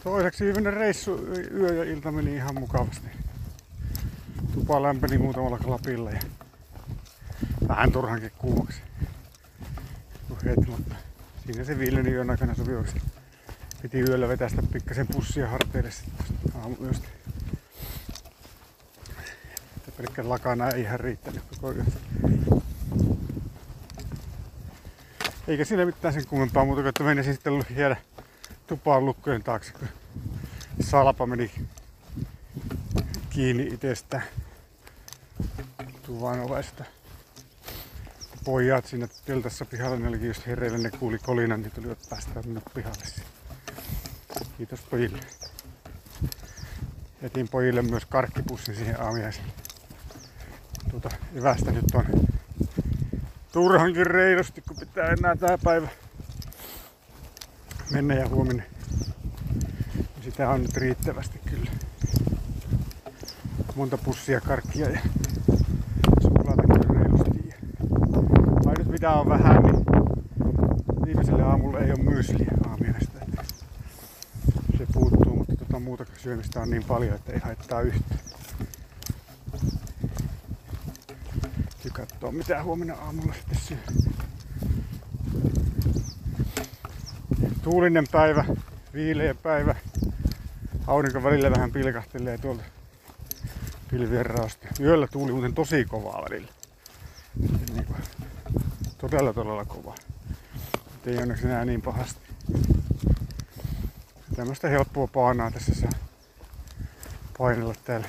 Toiseksi viimeinen reissu, yö ja ilta meni ihan mukavasti. Tupa lämpeni muutamalla klapilla ja vähän turhankin kuumaksi. Mutta siinä se viileni yön aikana sopi oikeasti. Piti yöllä vetästä pikkasen pussia harteille sitten aamuyöstä. Pelkkä lakana ei ihan riittänyt koko yö. Eikä siinä mitään sen kummempaa muuta, että menisin sitten jäädä tupaan lukkojen taakse, kun salpa meni kiinni itsestään tuvan ovesta. Pojat siinä teltassa pihalla, ne olikin just hereillä, ne kuuli kolinan, niin tulivat päästään minut pihalle. Kiitos pojille. Jätin pojille myös karkkipussin siihen aamiaiselle. Evästä nyt on turhankin reilusti, kun pitää enää tää päivä mennä ja huomenna. Sitä on nyt riittävästi kyllä. Monta pussia karkkia ja suklaata kyllä reilusti. Ainut mitä on vähän, niin viimeiselle aamulla ei ole myysliä aamiaista. Se puuttuu, mutta muuta syömistä on niin paljon, että ei haittaa yhtään. Ja katsoo mitä huomenna aamulla sitten syö. Tuulinen päivä, viileä päivä. Aurinko välillä vähän pilkahtelee tuolta pilvien raosta. Yöllä tuuli muuten tosi kovaa välillä. Niin kuin, todella kovaa. Et ei onneksi enää niin pahasti. Tämmöstä helppoa paanaa tässä saa painella täällä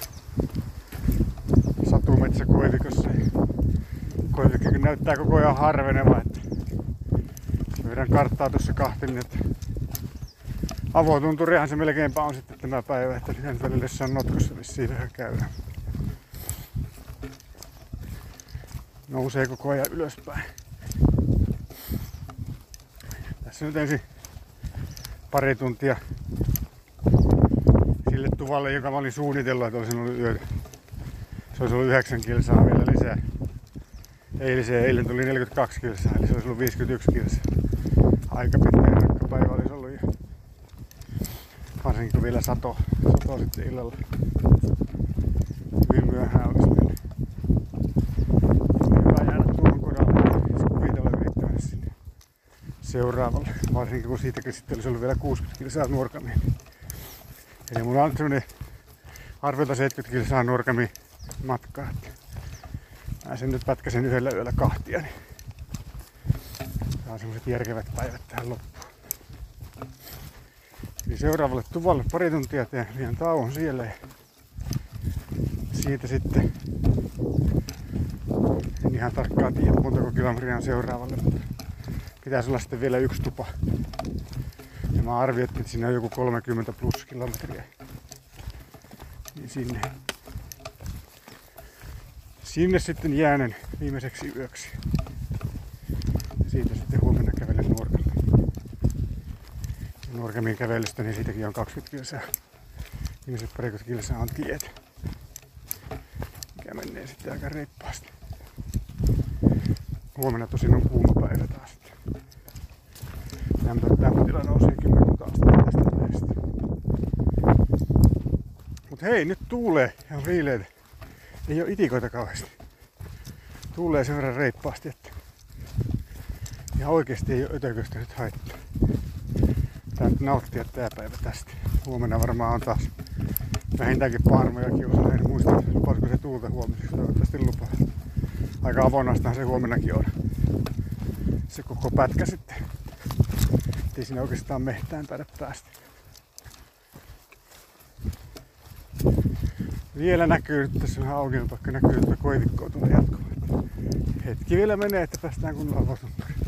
satumetsäkoivikossa. Koivikko näyttää koko ajan harvenevaa, että vedän karttaa tuossa kahtelin, että avotunturihan se melkeinpä on sitten tämä päivä, että nyt välillä jossain notkossa vissiin vähän käydään. Nousee koko ajan ylöspäin. Tässä nyt ensin pari tuntia sille tuvalle, joka mä olin suunnitellut, että olisin ollut yötä. Se olisi ollut 9 kilsaa vielä lisää. Eilen tuli 42 kilsaa, eli se olisi ollut 51 kilsaa. Aika pitkä päivä olisi ollut jo. Varsinkin kun vielä sato sitten illalla. Hyvin myöhään olisi mennyt. Hyvä jäädä tuohon kohdalle, jos kuvitella yrittävästi sinne seuraavalle. Varsinkin kun siitäkin sitten olisi ollut vielä 60 kilsaa nuorkamia. Eli mulla on sellainen arviolta 70 kilsaa nuorkamia matkaa. Mä sen nyt pätkäsen yhdellä yöllä kahtia, niin saa semmoset järkevät päivät tähän loppuun. Eli seuraavalle tuvalle pari tuntia teen liian tauon siellä ja siitä sitten en ihan tarkkaan tiedä montako kilometriä on seuraavalle, mutta pitäisi olla sitten vielä yksi tupa. Ja mä arvioitin, että siinä on joku 30 plus kilometriä. Niin sinne sitten jäänen viimeiseksi yöksi. Ja siitä sitten huomenna kävelen Nuorgamiin. Nuorgamin kävelystä, niin siitäkin on 20 kilsaa. Viimeiset parikymmentä kilsaa on tietä, mikä menee sitten aika reippaasti. Huomenna tosin on kuuma päivä taas. Lämpötila nousee 10 astetta tästä päivästä. Mut hei, nyt tuulee ja on viileitä. Ei oo itikoita kauheasti. Tuulee sen verran reippaasti, että ihan oikeesti ei oo ötököstä nyt haittaa. Pitää nyt nauttia tää päivä tästä. Huomenna varmaan on taas vähintäänkin paarmojakin osa. En muista, lupaisiko se tuulta huomiseksi. Toivottavasti lupaa. Aika avonastahan se huomennakin on. Se koko pätkä sitten. Ei siinä oikeastaan mehtään taida päästä. Vielä näkyy, nyt tässä on auki, vaikka näkyy, että koivikkoa tulee jatkumaan. Hetki vielä menee, että päästään kunnolla avotunturiin.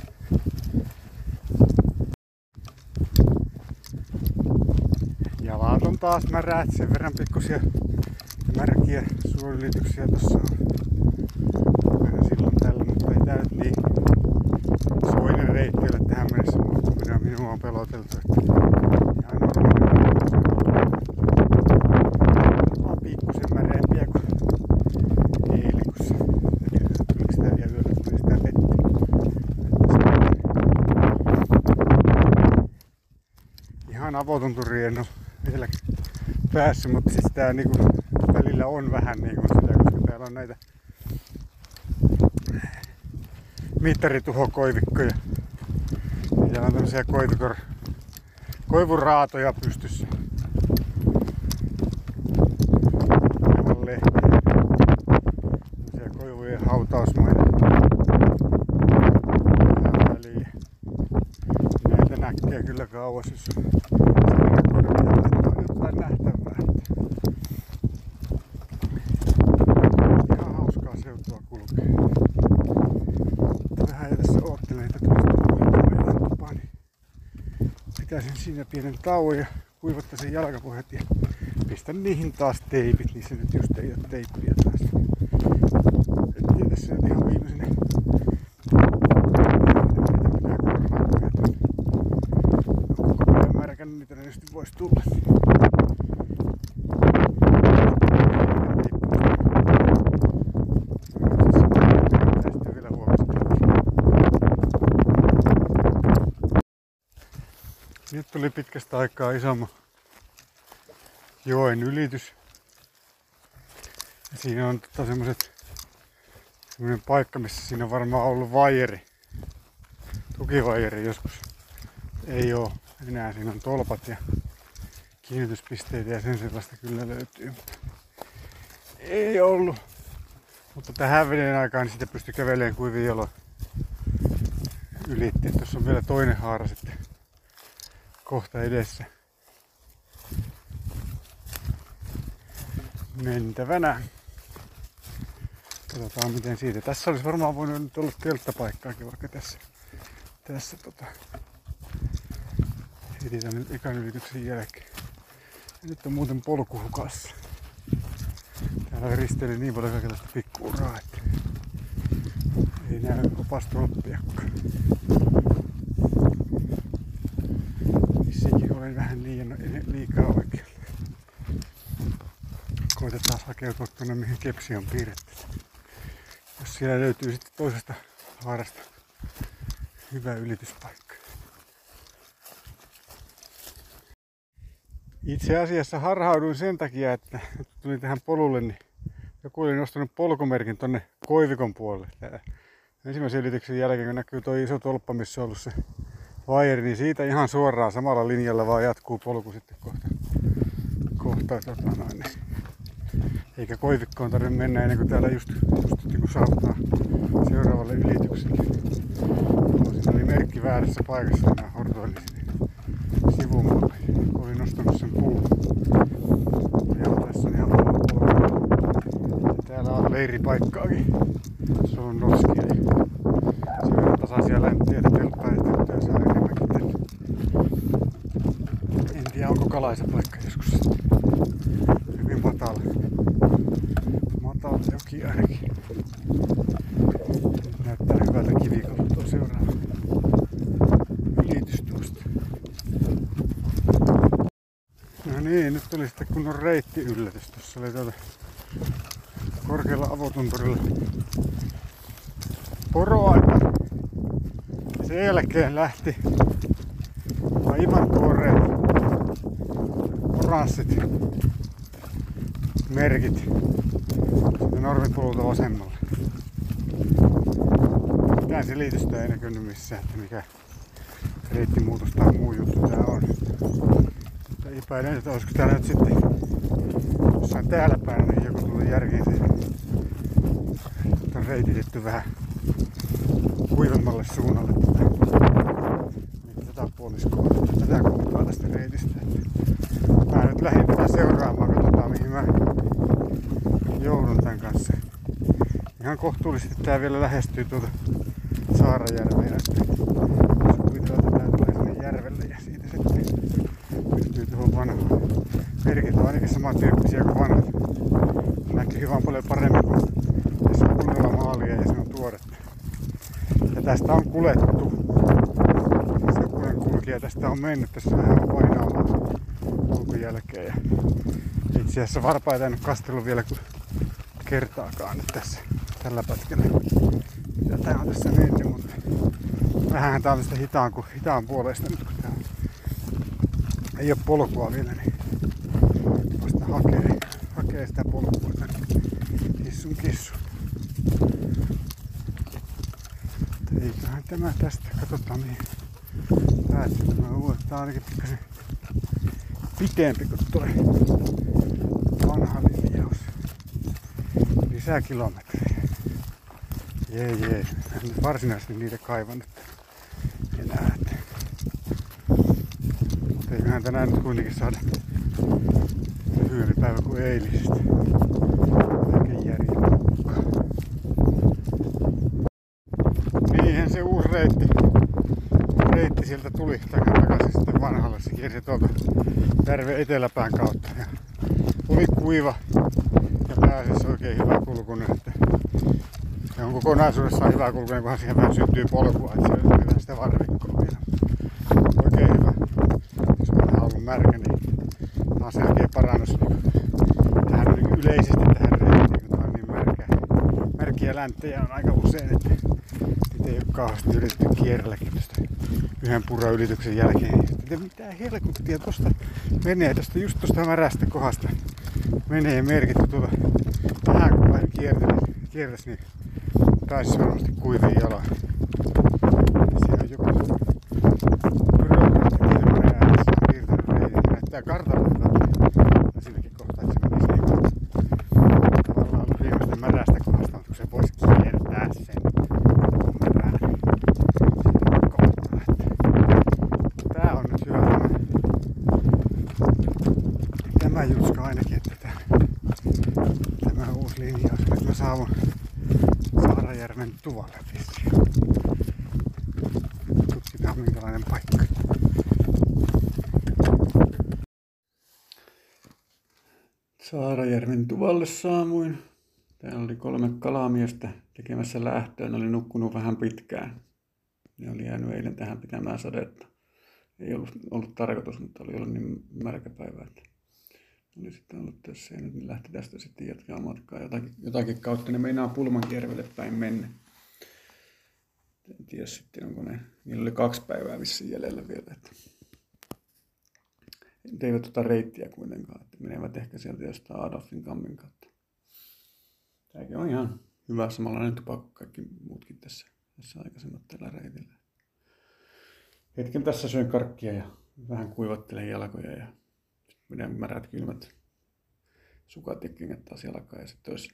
Jalat on taas märäät, sen verran pikkusia märkiä suoliylityksiä tossa on. Aina silloin tällä, mutta ei tää nyt niin soinen reitti ole tähän mennessä, mutta minua on peloteltu, että ihan vaan pikkusen märeempiä kuin eilen, kun se tuliko sitä vielä yöllä, tuli sitä vettä. Ihan avotunturiin en ole vielä päässyt, mutta siis tää niinku välillä on vähän niinku sitä, koska täällä on näitä mittarituhokoivikkoja. Täällä on tämmösiä koivuraatoja pystyssä. Aivan lehtiä. Tämmösiä koivujen hautausmaita. Väliä. Näitä näkee kyllä kauas, jos on jotain nähtävää. Ihan hauskaa seutua kulkea. Vähän jo tässä oottelen, että tulisi tupaan, niin pitäisin siinä pienen tauon ja kuivattaisin jalkapohjat ja pistän niihin taas teipit. Niissä nyt just ei ole teippiä taas. Et tässä nyt ihan viimeisenä. Koko ajan märkännyt, niin todennäköisesti voisi tulla. Nyt tuli pitkästä aikaa isomman joen ylitys. Ja siinä on semmoinen paikka, missä siinä on varmaan ollut vaijeri, tukivaijeri joskus. Ei oo enää, siinä on tolpat ja kiinnityspisteitä ja sen sellaista kyllä löytyy. Ei ollut. Mutta tähän veden aikaan niin sitä pystyi kävelemään kuivin jaloin ylitti. Tuossa on vielä toinen haara sitten kohta edessä. Mentävänä. Katsotaan miten siitä. Tässä olisi varmaan voinut nyt olla telttapaikkaakin vaikka tässä heti tämän ekan ylityksen jälkeen. Ja nyt on muuten polku hukassa. Täällä risteili niin paljon kaikenlaista pikkuuraa, että ei näy opastolppiakaan. Vissinkin olen vähän liikaa oikealla. Koitetaan hakeutua tuonne mihin kepsi on piirretty. Jos siellä löytyy sitten toisesta haarasta hyvä ylityspaikka. Itse asiassa harhauduin sen takia, että tulin tähän polulle, niin joku oli nostanut polkumerkin tonne koivikon puolelle. Täällä ensimmäisen ylityksen jälkeen, kun näkyy tuo iso tolppa, missä on ollut se vaijeri, niin siitä ihan suoraan samalla linjalla vaan jatkuu polku sitten kohta eikä koivikkoon tarvitse mennä ennen kuin täällä just niin saavuttaa seuraavalle ylitykselle. Siinä oli merkki väärässä paikassa, mä hortoilin sivumalle. Olin nostanut sen puun. Ja tässä on ihan polku. Täällä on leiripaikkaakin. Se on noskia. Siellä on tasaisia länttiöitä telttaita ja saa enemmänkin tehdä. En tiedä onko kalaisa paikka joskus sitten. Hyvin matala joki ainakin. Nyt näyttää hyvältä kivikalta tuo seuraava ylitys tuosta. No niin, nyt tuli sitten kunnon reittiyllätys. Tuossa oli tuota korkealla avotunturilla poroaita. Sen jälkeen lähti aivan tuoreet oranssit merkit sitten Norminpolulta vasemmalle. Mitään selitystä ei näkynyt missään, että mikä reittimuutos tai muu juttu tää on. Mutta epäilen, että olisiko täällä nyt sitten jossain täällä päin niin joku tullut järkiin se, että on reititetty vähän kuivemmalle suunnalle tätä puoliskoa, tätä kohtaa tästä reitistä. Mä nyt lähdin tätä seuraamaan, katsotaan mihin mä joudun tän kanssa. Ihan kohtuullisesti tää vielä lähestyy tuota Saarajärveä asti. Kuvitellaan, että tää tulee sinne järvelle ja siitä sitten pystyy tuohon vanhaan. Merkit on ainakin samantyyppisiä kuin vanhat. Näkyy hyvin paljon paremmin kuin tässä on kunnolla maalia ja se on tuoretta. Ja tästä on kulettu. Se kulkija tästä on mennyt tässä vähän painaamaan kulkun jälkeen. Ja itse asiassa varpaita en ole kastellut vielä kertaakaan nyt tässä tällä pätkällä. Ja tää on tässä mennyt, mutta vähän tää on tästä hitaan puolesta nyt kun tää ei ole polkua vielä, niin Nyt vasta hakee sitä polkua tän hissun kissu. Eiköhän tämä tästä, katsotaan mihin päättyy. Mä luulen, että tää on ainakin pikkasen pitempi kuin toi vanha linjaus. Lisää kilometrejä. Jee. En nyt varsinaisesti niitä kaivannut enää. Mutta eiköhän tänään nyt kuitenkin saada lyhyempi päivä kuin eilisestä. Oikein järjellä mukaan. Niinhän se uusi reitti sieltä tuli takaisin sitten vanhalle. Se kiersi tuolta järven eteläpään kautta. Ja oli kuiva ja pääasiassa oikein hyvä kulkunen. Se on kokonaisuudessaan hyvä kulkunen, kunhan siihen vähän syntyy polkua. Että se on sitä varvikkoa vielä. Oikein hyvä. Jos on vähän ollut märkä, niin tämä on selkeä parannus. Tähän on niin yleisesti tähän reittiin, kun tämä on niin märkiä länttejä on aika usein, että niitä ei ole kauheasti yritetty kierrelläkin tuosta yhden puraylityksen jälkeen. Mitä helkuttia tuosta menee, just tuosta märästä kohdasta menee merkitty tuota vähän kun vähän kiertäisi, niin pääsisi varmasti kuiviin jalaan. Se on joku byrokraattinen ääni, se on piirtänyt reitin. Näyttää kartalla siinäkin kohtaa, että se menisi niin kohta. Tavallaan ollut viimeistä märästä kohdasta, mutta kun se voisi kiertää sen märään kohtaa. Tää on nyt hyvä tämä jutska ainakin, että tämä uusi linjaus, että mä saavun Saarajärven Tuvalle vissiin. Tutkitaan minkälainen paikka. Saarajärven Tuvalle saamuin. Täällä oli 3 kalamiestä tekemässä lähtöä. Ne oli nukkunut vähän pitkään. Ne oli jäänyt eilen tähän pitämään sadetta. Ei ollut tarkoitus, mutta oli ollut niin märkä päivä, että oli sitten ollut tässä ja nyt ne lähti tästä sitten jatkaa matkaa jotakin kautta. Ne meinaa Pulmankiervelle päin mennä. En tiedä sitten, onko niillä oli 2 päivää vissiin jäljellä vielä. Että eivät ota reittiä kuitenkaan, että menevät ehkä sieltä jostain Adolfin kammin kautta. Tämäkin on ihan hyvä samanlainen tupa kuin kaikki muutkin tässä aikaisemmat tällä reitillä. Hetken tässä syön karkkia ja vähän kuivattelen jalkoja ja menen märät kylmät sukat ja kengät taas jalkaan. Ja sitten olisi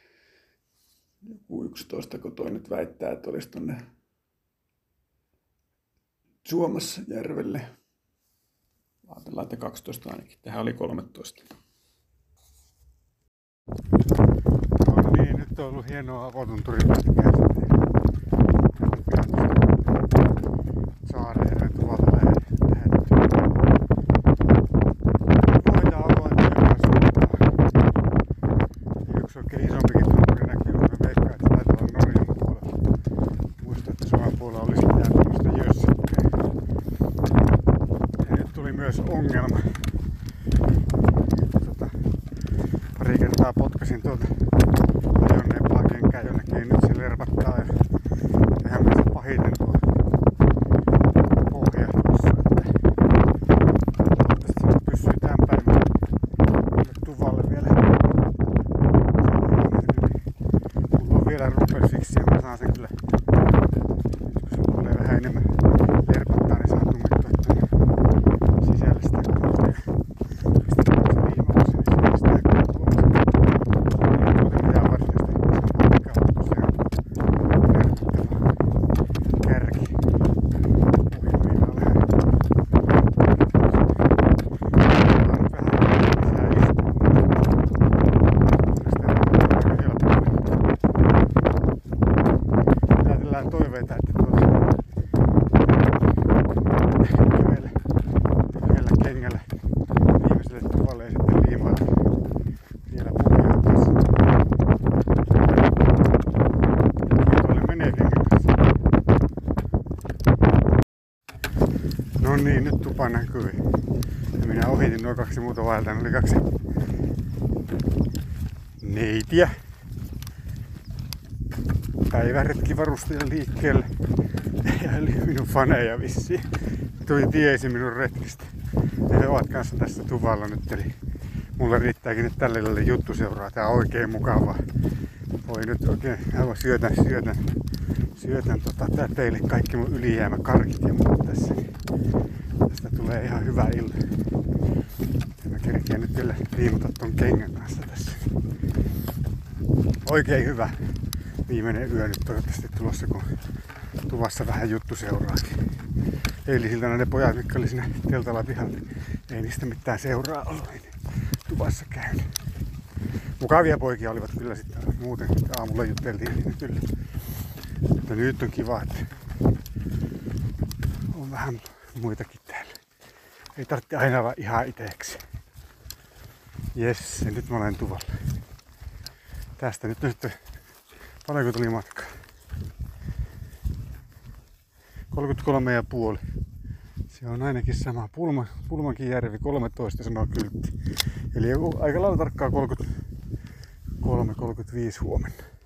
joku 11, kun toi nyt väittää, että olisi tonne Suomessa järvelle. Ajatellaan, että 12 ainakin. Tähän oli 13. No niin, nyt on ollut hienoa avotunturin pätkää sitten. Saarajärven Tuvalta lähdetty. Voidaan olla työmaisuutta. Yksi oikein isompikin tunturi näkyy, kun me veikkaan, että se taitaa olla Norjan puolella. Muistan, että Suomen puolella olisi mitään tämmöistä jössikköä. Ja nyt tuli myös ongelma. Pari kertaa potkasin tuolta ajonneempaa kenkää jonnekin, niin nyt se lerpattaa ja tehdään myös pahiten tuo pohja tuossa, että toivottavasti se pysyy tämän päivän Tuvalle vielä. Mulla on vielä ruppersiksi ja mä saan sen kyllä, kun se tulee vähän enemmän lerpattaa, niin saan tunnettua tuonne sisälle sitä kohtaa. Pistetään se liimaus ja niin sitä kuuluu. Muuten ihan varsinaisesti mikä on tosiaan lerpattava kärki. Ohjelmiinaan vähän. Otetaan nyt vähän lisää istua. Sitä on aika helppoa. Ajatellaan toiveita, että yhdellä kengällä viimeiselle Tuvalle ja sitten liimailla vielä pohjaa tässä. Tuolle menee kengän kanssa. No niin, nyt tupa näkyy. Ja minä ohitin nuo 2 muuta vaeltaa. Ne oli 2 neitiä. Päiväretkivarustaja liikkeelle. Ja eli minun faneja vissiin. Tuli tiesi minun retkistä. Ja he ovat kanssa tässä Tuvalla nyt. Eli mulla riittääkin nyt tälle lailla juttuseuraa. Tää on oikein mukavaa. Voi nyt oikein syötän teille kaikki mun ylijäämäkarkit ja muut tässä. Tästä tulee ihan hyvä ilta. Ja mä kerkeen nyt vielä liimuta ton kengän kanssa tässä. Oikein hyvä viimeinen yö nyt toivottavasti tulossa, kun tuvassa vähän juttuseuraakin. Eilisiltana ne pojat, mitkä oli siinä teltalla pihalla, ei niistä mitään seuraa ollut, niin tuvassa käynyt. Mukavia poikia olivat kyllä sitten muuten, aamulla jutteltiin siinä kyllä. Mutta nyt on kiva, että on vähän muitakin täällä. Ei tarvitse aina vaan ihan iteeksi. Jes, nyt mä olen tuvalla. Tästä nyt on sitten paljonko tuli matkaa. 33,5. Se on ainakin sama. Pulmankin järvi 13 sanoo kyltti. Eli aika lailla tarkkaa 33-35 huomenna.